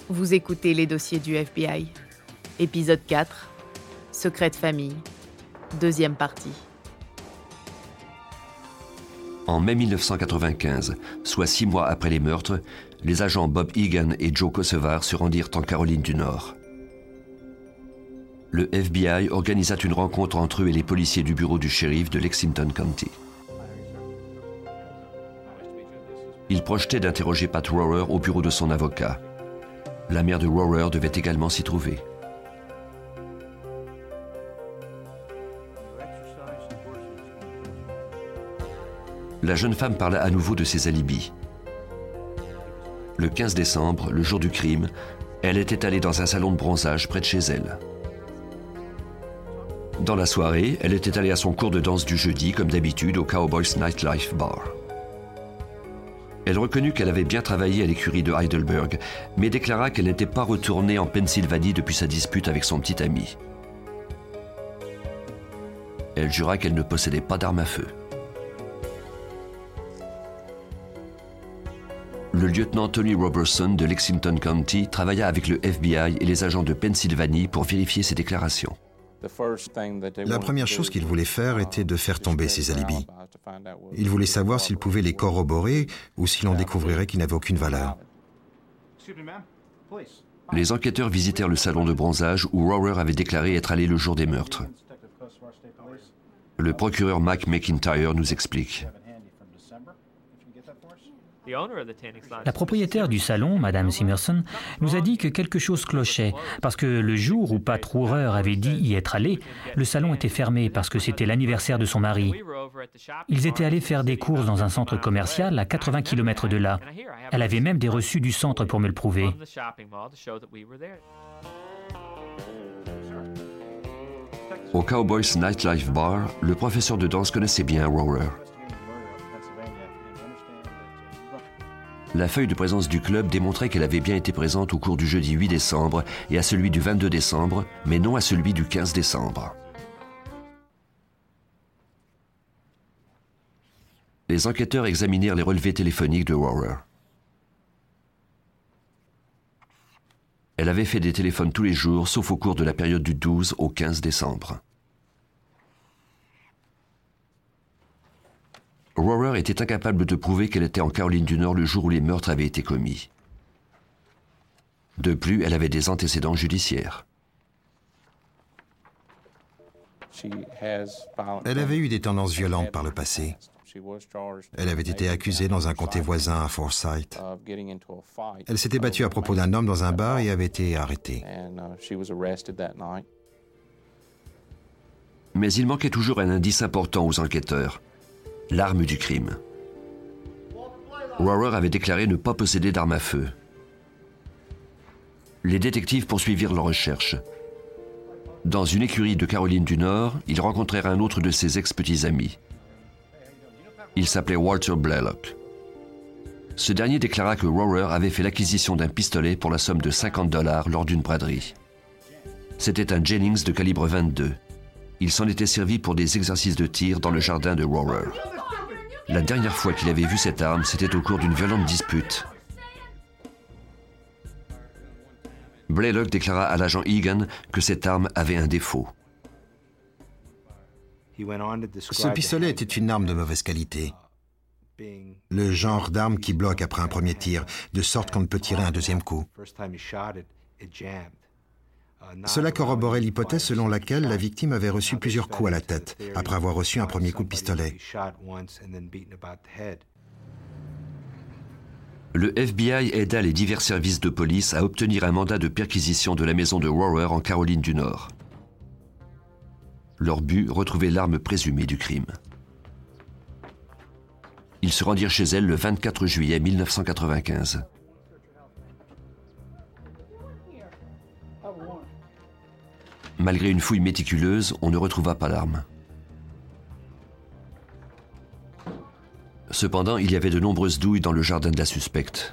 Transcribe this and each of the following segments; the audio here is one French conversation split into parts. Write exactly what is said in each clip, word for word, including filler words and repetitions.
Vous écoutez les dossiers du F B I. Épisode quatre, Secret de famille, deuxième partie. En mai mille neuf cent quatre-vingt-quinze, soit six mois après les meurtres, les agents Bob Egan et Joe Kosovar se rendirent en Caroline du Nord. Le F B I organisa une rencontre entre eux et les policiers du bureau du shérif de Lexington County. Ils projetaient d'interroger Pat Rohrer au bureau de son avocat. La mère de Rohrer devait également s'y trouver. La jeune femme parla à nouveau de ses alibis. Le quinze décembre, le jour du crime, elle était allée dans un salon de bronzage près de chez elle. Dans la soirée, elle était allée à son cours de danse du jeudi, comme d'habitude, au Cowboys Nightlife Bar. Elle reconnut qu'elle avait bien travaillé à l'écurie de Heidelberg, mais déclara qu'elle n'était pas retournée en Pennsylvanie depuis sa dispute avec son petit ami. Elle jura qu'elle ne possédait pas d'arme à feu. Le lieutenant Tony Robertson de Lexington County travailla avec le F B I et les agents de Pennsylvanie pour vérifier ses déclarations. La première chose qu'il voulait faire était de faire tomber ses alibis. Il voulait savoir s'il pouvait les corroborer ou si l'on découvrirait qu'ils n'avaient aucune valeur. Les enquêteurs visitèrent le salon de bronzage où Rohrer avait déclaré être allé le jour des meurtres. Le procureur Mike McIntyre nous explique. La propriétaire du salon, Madame Simerson, nous a dit que quelque chose clochait, parce que le jour où Pat Rohrer avait dit y être allé, le salon était fermé parce que c'était l'anniversaire de son mari. Ils étaient allés faire des courses dans un centre commercial à quatre-vingts kilomètres de là. Elle avait même des reçus du centre pour me le prouver. Au Cowboys Nightlife Bar, le professeur de danse connaissait bien Rohrer. La feuille de présence du club démontrait qu'elle avait bien été présente au cours du jeudi huit décembre et à celui du vingt-deux décembre, mais non à celui du quinze décembre. Les enquêteurs examinèrent les relevés téléphoniques de Rohrer. Elle avait fait des téléphones tous les jours, sauf au cours de la période du douze au quinze décembre. Rohrer était incapable de prouver qu'elle était en Caroline du Nord le jour où les meurtres avaient été commis. De plus, elle avait des antécédents judiciaires. Elle avait eu des tendances violentes par le passé. Elle avait été accusée dans un comté voisin à Forsyth. Elle s'était battue à propos d'un homme dans un bar et avait été arrêtée. Mais il manquait toujours un indice important aux enquêteurs. L'arme du crime. Rohrer avait déclaré ne pas posséder d'arme à feu. Les détectives poursuivirent leurs recherches. Dans une écurie de Caroline du Nord, ils rencontrèrent un autre de ses ex-petits amis. Il s'appelait Walter Blaylock. Ce dernier déclara que Rohrer avait fait l'acquisition d'un pistolet pour la somme de cinquante dollars lors d'une braderie. C'était un Jennings de calibre vingt-deux. Il s'en était servi pour des exercices de tir dans le jardin de Rohrer. La dernière fois qu'il avait vu cette arme, c'était au cours d'une violente dispute. Blaylock déclara à l'agent Egan que cette arme avait un défaut. Ce pistolet était une arme de mauvaise qualité. Le genre d'arme qui bloque après un premier tir, de sorte qu'on ne peut tirer un deuxième coup. Cela corroborait l'hypothèse selon laquelle la victime avait reçu plusieurs coups à la tête, après avoir reçu un premier coup de pistolet. Le F B I aida les divers services de police à obtenir un mandat de perquisition de la maison de Rohrer en Caroline du Nord. Leur but, retrouver l'arme présumée du crime. Ils se rendirent chez elle le vingt-quatre juillet mille neuf cent quatre-vingt-quinze. Malgré une fouille méticuleuse, on ne retrouva pas l'arme. Cependant, il y avait de nombreuses douilles dans le jardin de la suspecte.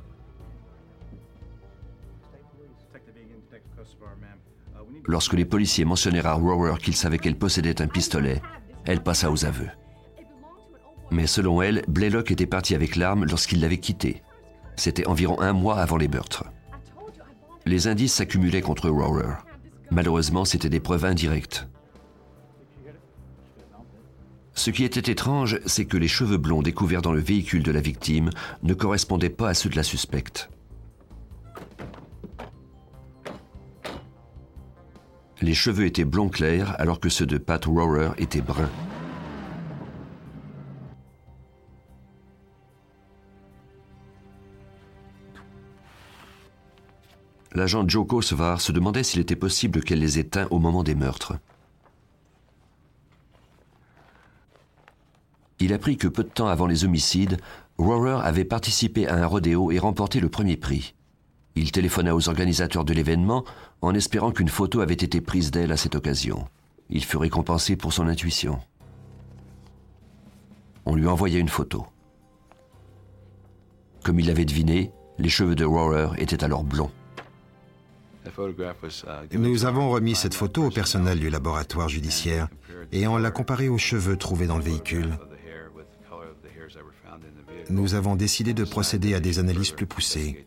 Lorsque les policiers mentionnèrent à Rohrer qu'ils savaient qu'elle possédait un pistolet, elle passa aux aveux. Mais selon elle, Blaylock était parti avec l'arme lorsqu'il l'avait quittée. C'était environ un mois avant les meurtres. Les indices s'accumulaient contre Rohrer. Malheureusement, c'étaient des preuves indirectes. Ce qui était étrange, c'est que les cheveux blonds découverts dans le véhicule de la victime ne correspondaient pas à ceux de la suspecte. Les cheveux étaient blond clair alors que ceux de Pat Rohrer étaient bruns. L'agent Joe Kosovar se demandait s'il était possible qu'elle les éteint au moment des meurtres. Il apprit que peu de temps avant les homicides, Rohrer avait participé à un rodéo et remporté le premier prix. Il téléphona aux organisateurs de l'événement en espérant qu'une photo avait été prise d'elle à cette occasion. Il fut récompensé pour son intuition. On lui envoya une photo. Comme il l'avait deviné, les cheveux de Rohrer étaient alors blonds. Nous avons remis cette photo au personnel du laboratoire judiciaire et on l'a comparée aux cheveux trouvés dans le véhicule. Nous avons décidé de procéder à des analyses plus poussées.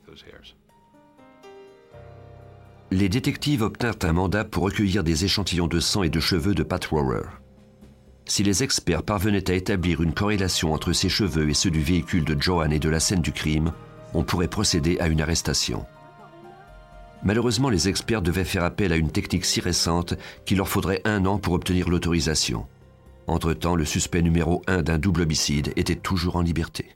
Les détectives obtinrent un mandat pour recueillir des échantillons de sang et de cheveux de Pat Rohrer. Si les experts parvenaient à établir une corrélation entre ses cheveux et ceux du véhicule de Joanne et de la scène du crime, on pourrait procéder à une arrestation. Malheureusement, les experts devaient faire appel à une technique si récente qu'il leur faudrait un an pour obtenir l'autorisation. Entre-temps, le suspect numéro un d'un double homicide était toujours en liberté.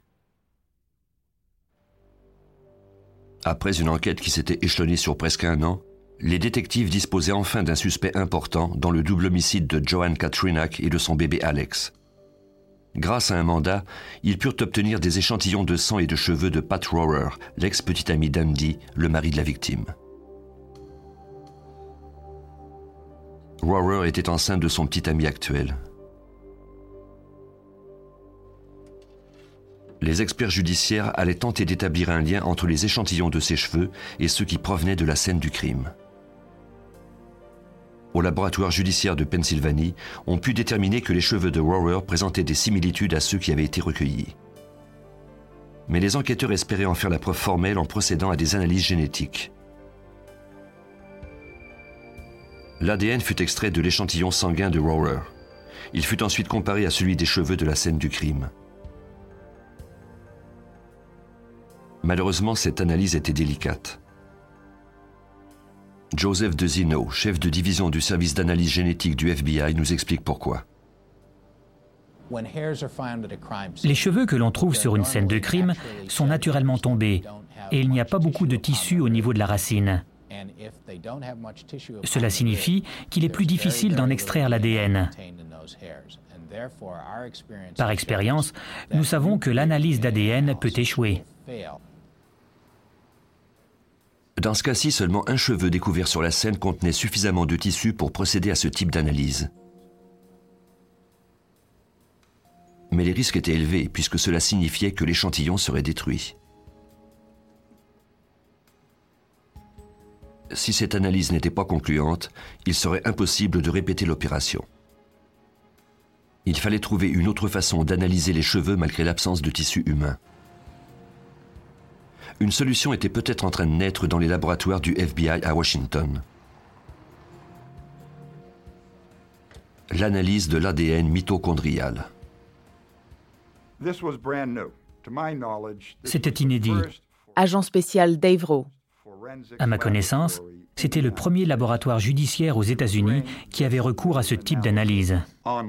Après une enquête qui s'était échelonnée sur presque un an, les détectives disposaient enfin d'un suspect important dans le double homicide de Joanne Katrinak et de son bébé Alex. Grâce à un mandat, ils purent obtenir des échantillons de sang et de cheveux de Pat Rohrer, l'ex-petit ami d'Andy, le mari de la victime. Rohrer était enceinte de son petit ami actuel. Les experts judiciaires allaient tenter d'établir un lien entre les échantillons de ses cheveux et ceux qui provenaient de la scène du crime. Au laboratoire judiciaire de Pennsylvanie, on put déterminer que les cheveux de Rohrer présentaient des similitudes à ceux qui avaient été recueillis. Mais les enquêteurs espéraient en faire la preuve formelle en procédant à des analyses génétiques. L'A D N fut extrait de l'échantillon sanguin de Rohrer. Il fut ensuite comparé à celui des cheveux de la scène du crime. Malheureusement, cette analyse était délicate. Joseph DeZino, chef de division du service d'analyse génétique du F B I, nous explique pourquoi. Les cheveux que l'on trouve sur une scène de crime sont naturellement tombés et il n'y a pas beaucoup de tissu au niveau de la racine. Cela signifie qu'il est plus difficile d'en extraire l'A D N. Par expérience, nous savons que l'analyse d'A D N peut échouer. Dans ce cas-ci, seulement un cheveu découvert sur la scène contenait suffisamment de tissu pour procéder à ce type d'analyse. Mais les risques étaient élevés puisque cela signifiait que l'échantillon serait détruit. Si cette analyse n'était pas concluante, il serait impossible de répéter l'opération. Il fallait trouver une autre façon d'analyser les cheveux malgré l'absence de tissu humain. Une solution était peut-être en train de naître dans les laboratoires du F B I à Washington. L'analyse de l'A D N mitochondrial. C'était inédit. Agent spécial Dave Rowe. À ma connaissance, c'était le premier laboratoire judiciaire aux États-Unis qui avait recours à ce type d'analyse.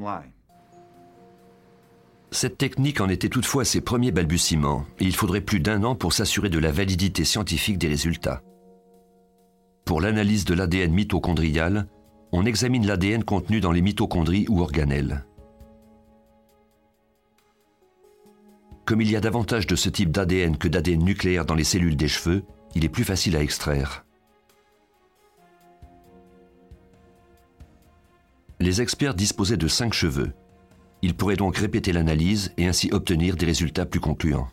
Cette technique en était toutefois à ses premiers balbutiements, et il faudrait plus d'un an pour s'assurer de la validité scientifique des résultats. Pour l'analyse de l'A D N mitochondrial, on examine l'A D N contenu dans les mitochondries ou organelles. Comme il y a davantage de ce type d'A D N que d'A D N nucléaire dans les cellules des cheveux, il est plus facile à extraire. Les experts disposaient de cinq cheveux. Ils pourraient donc répéter l'analyse et ainsi obtenir des résultats plus concluants.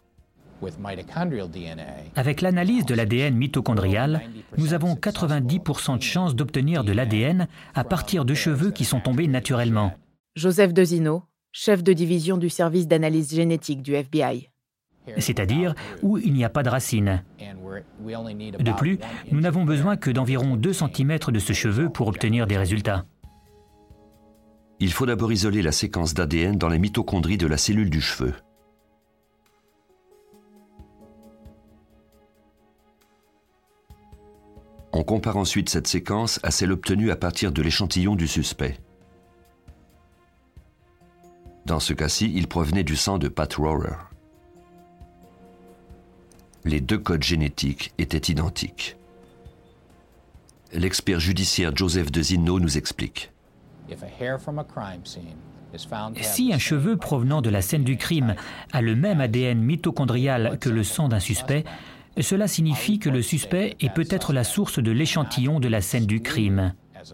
Avec l'analyse de l'A D N mitochondrial, nous avons quatre-vingt-dix pour cent de chances d'obtenir de l'A D N à partir de cheveux qui sont tombés naturellement. Joseph DeZino, chef de division du service d'analyse génétique du F B I. C'est-à-dire où il n'y a pas de racines. De plus, nous n'avons besoin que d'environ deux centimètres de ce cheveu pour obtenir des résultats. Il faut d'abord isoler la séquence d'A D N dans les mitochondries de la cellule du cheveu. On compare ensuite cette séquence à celle obtenue à partir de l'échantillon du suspect. Dans ce cas-ci, il provenait du sang de Pat Rohrer. Les deux codes génétiques étaient identiques. L'expert judiciaire Joseph DeZinno nous explique. Si un cheveu provenant de la scène du crime a le même A D N mitochondrial que le sang d'un suspect, cela signifie que le suspect est peut-être la source de l'échantillon de la scène du crime.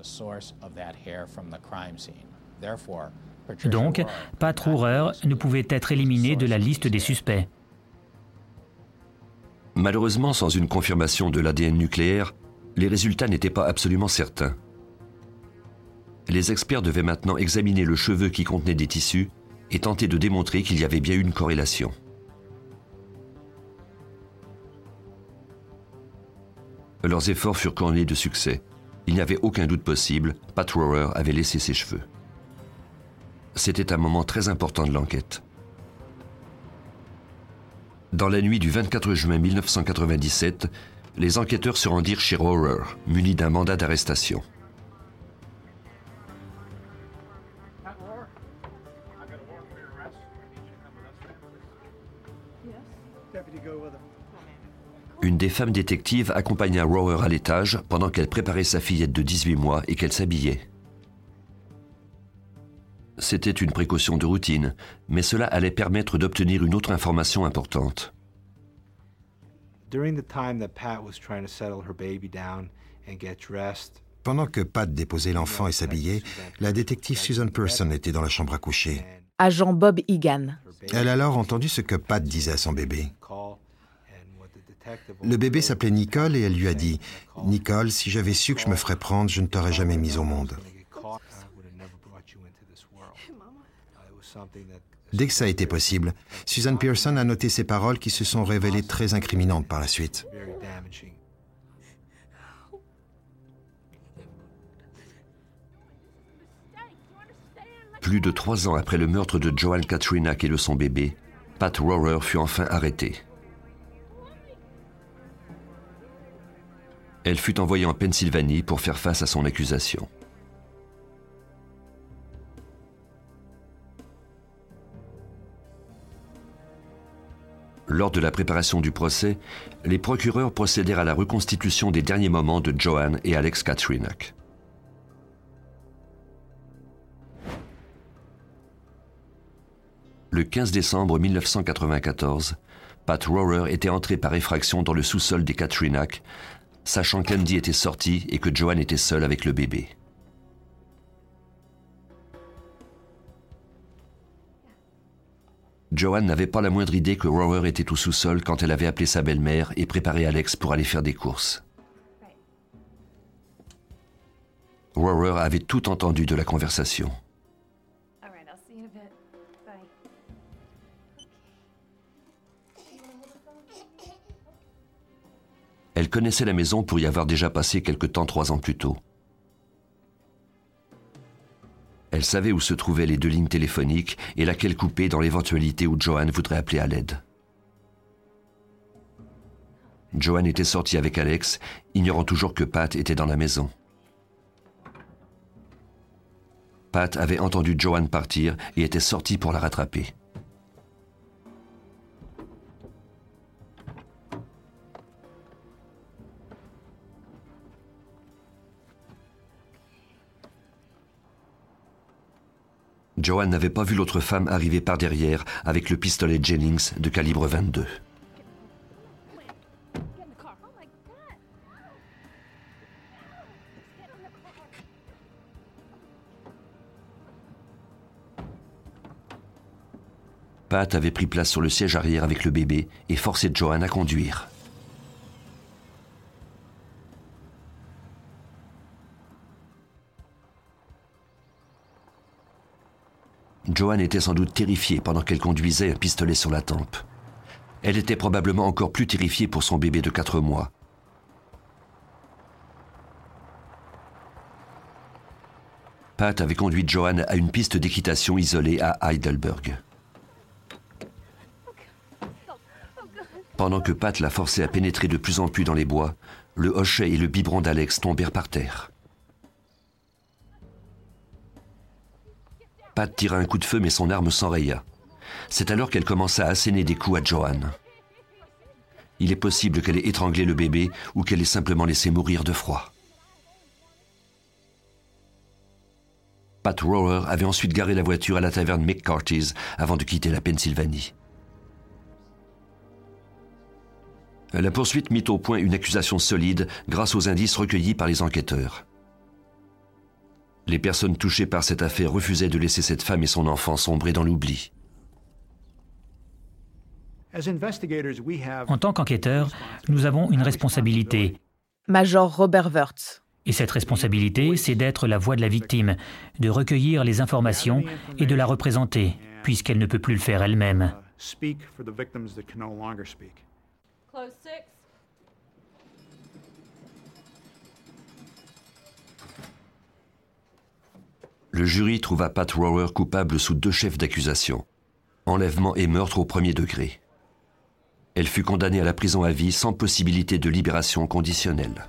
Donc, Pat Rohrer ne pouvait être éliminé de la liste des suspects. Malheureusement, sans une confirmation de l'A D N nucléaire, les résultats n'étaient pas absolument certains. Les experts devaient maintenant examiner le cheveu qui contenait des tissus et tenter de démontrer qu'il y avait bien eu une corrélation. Leurs efforts furent couronnés de succès. Il n'y avait aucun doute possible, Pat Rohrer avait laissé ses cheveux. C'était un moment très important de l'enquête. Dans la nuit du vingt-quatre juin mille neuf cent quatre-vingt-dix-sept, les enquêteurs se rendirent chez Rohrer, munis d'un mandat d'arrestation. Une des femmes détectives accompagna Rohrer à l'étage pendant qu'elle préparait sa fillette de dix-huit mois et qu'elle s'habillait. C'était une précaution de routine, mais cela allait permettre d'obtenir une autre information importante. Pendant que Pat déposait l'enfant et s'habillait, la détective Susan Pearson était dans la chambre à coucher. Agent Bob Egan. Elle a alors entendu ce que Pat disait à son bébé. Le bébé s'appelait Nicole et elle lui a dit « Nicole, si j'avais su que je me ferais prendre, je ne t'aurais jamais mise au monde. » Dès que ça a été possible, Susan Pearson a noté ces paroles qui se sont révélées très incriminantes par la suite. Plus de trois ans après le meurtre de Joanne Katrinak et de son bébé, Pat Rohrer fut enfin arrêtée. Elle fut envoyée en Pennsylvanie pour faire face à son accusation. Lors de la préparation du procès, les procureurs procédèrent à la reconstitution des derniers moments de Joanne et Alex Katrinak. Le quinze décembre mille neuf cent quatre-vingt-quatorze, Pat Rohrer était entré par effraction dans le sous-sol des Katrinak, sachant qu'Andy était sorti et que Joanne était seule avec le bébé. Joanne n'avait pas la moindre idée que Rohrer était au sous-sol quand elle avait appelé sa belle-mère et préparé Alex pour aller faire des courses. Rohrer avait tout entendu de la conversation. Elle connaissait la maison pour y avoir déjà passé quelque temps trois ans plus tôt. Elle savait où se trouvaient les deux lignes téléphoniques et laquelle couper dans l'éventualité où Joanne voudrait appeler à l'aide. Joanne était sortie avec Alex, ignorant toujours que Pat était dans la maison. Pat avait entendu Joanne partir et était sorti pour la rattraper. Joanne n'avait pas vu l'autre femme arriver par derrière avec le pistolet Jennings de calibre vingt-deux. Pat avait pris place sur le siège arrière avec le bébé et forçait Joanne à conduire. Joanne était sans doute terrifiée pendant qu'elle conduisait un pistolet sur la tempe. Elle était probablement encore plus terrifiée pour son bébé de quatre mois. Pat avait conduit Joanne à une piste d'équitation isolée à Heidelberg. Pendant que Pat la forçait à pénétrer de plus en plus dans les bois, le hochet et le biberon d'Alex tombèrent par terre. Pat tira un coup de feu mais son arme s'enraya. C'est alors qu'elle commença à asséner des coups à Joanne. Il est possible qu'elle ait étranglé le bébé ou qu'elle ait simplement laissé mourir de froid. Pat Rohrer avait ensuite garé la voiture à la taverne McCarthy's avant de quitter la Pennsylvanie. La poursuite mit au point une accusation solide grâce aux indices recueillis par les enquêteurs. Les personnes touchées par cette affaire refusaient de laisser cette femme et son enfant sombrer dans l'oubli. En tant qu'enquêteurs, nous avons une responsabilité. Major Robert Wurtz. Et cette responsabilité, c'est d'être la voix de la victime, de recueillir les informations et de la représenter, puisqu'elle ne peut plus le faire elle-même. Le jury trouva Pat Rohrer coupable sous deux chefs d'accusation, enlèvement et meurtre au premier degré. Elle fut condamnée à la prison à vie sans possibilité de libération conditionnelle.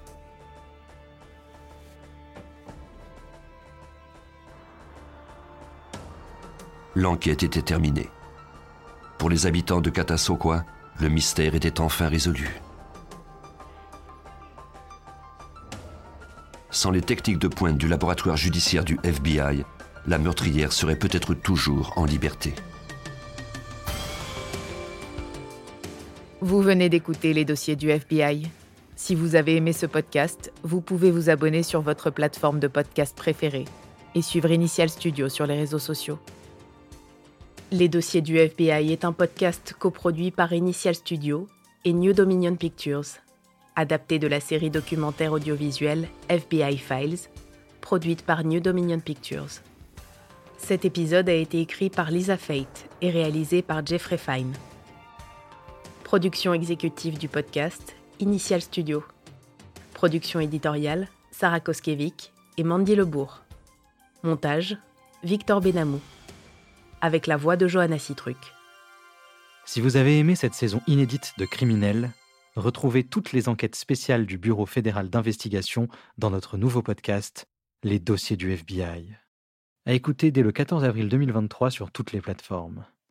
L'enquête était terminée. Pour les habitants de Catasauqua, le mystère était enfin résolu. Sans les techniques de pointe du laboratoire judiciaire du F B I, la meurtrière serait peut-être toujours en liberté. Vous venez d'écouter les dossiers du F B I. Si vous avez aimé ce podcast, vous pouvez vous abonner sur votre plateforme de podcast préférée et suivre Initial Studio sur les réseaux sociaux. Les dossiers du F B I est un podcast coproduit par Initial Studio et New Dominion Pictures, adapté de la série documentaire audiovisuelle F B I Files, produite par New Dominion Pictures. Cet épisode a été écrit par Lisa Fate et réalisé par Jeffrey Fine. Production exécutive du podcast, Initial Studio. Production éditoriale, Sarah Koskiewicz et Mandy Lebourg. Montage, Victor Benamou. Avec la voix de Johanna Citruc. Si vous avez aimé cette saison inédite de Criminels, retrouvez toutes les enquêtes spéciales du Bureau fédéral d'investigation dans notre nouveau podcast, Les dossiers du F B I. À écouter dès le quatorze avril deux mille vingt-trois sur toutes les plateformes.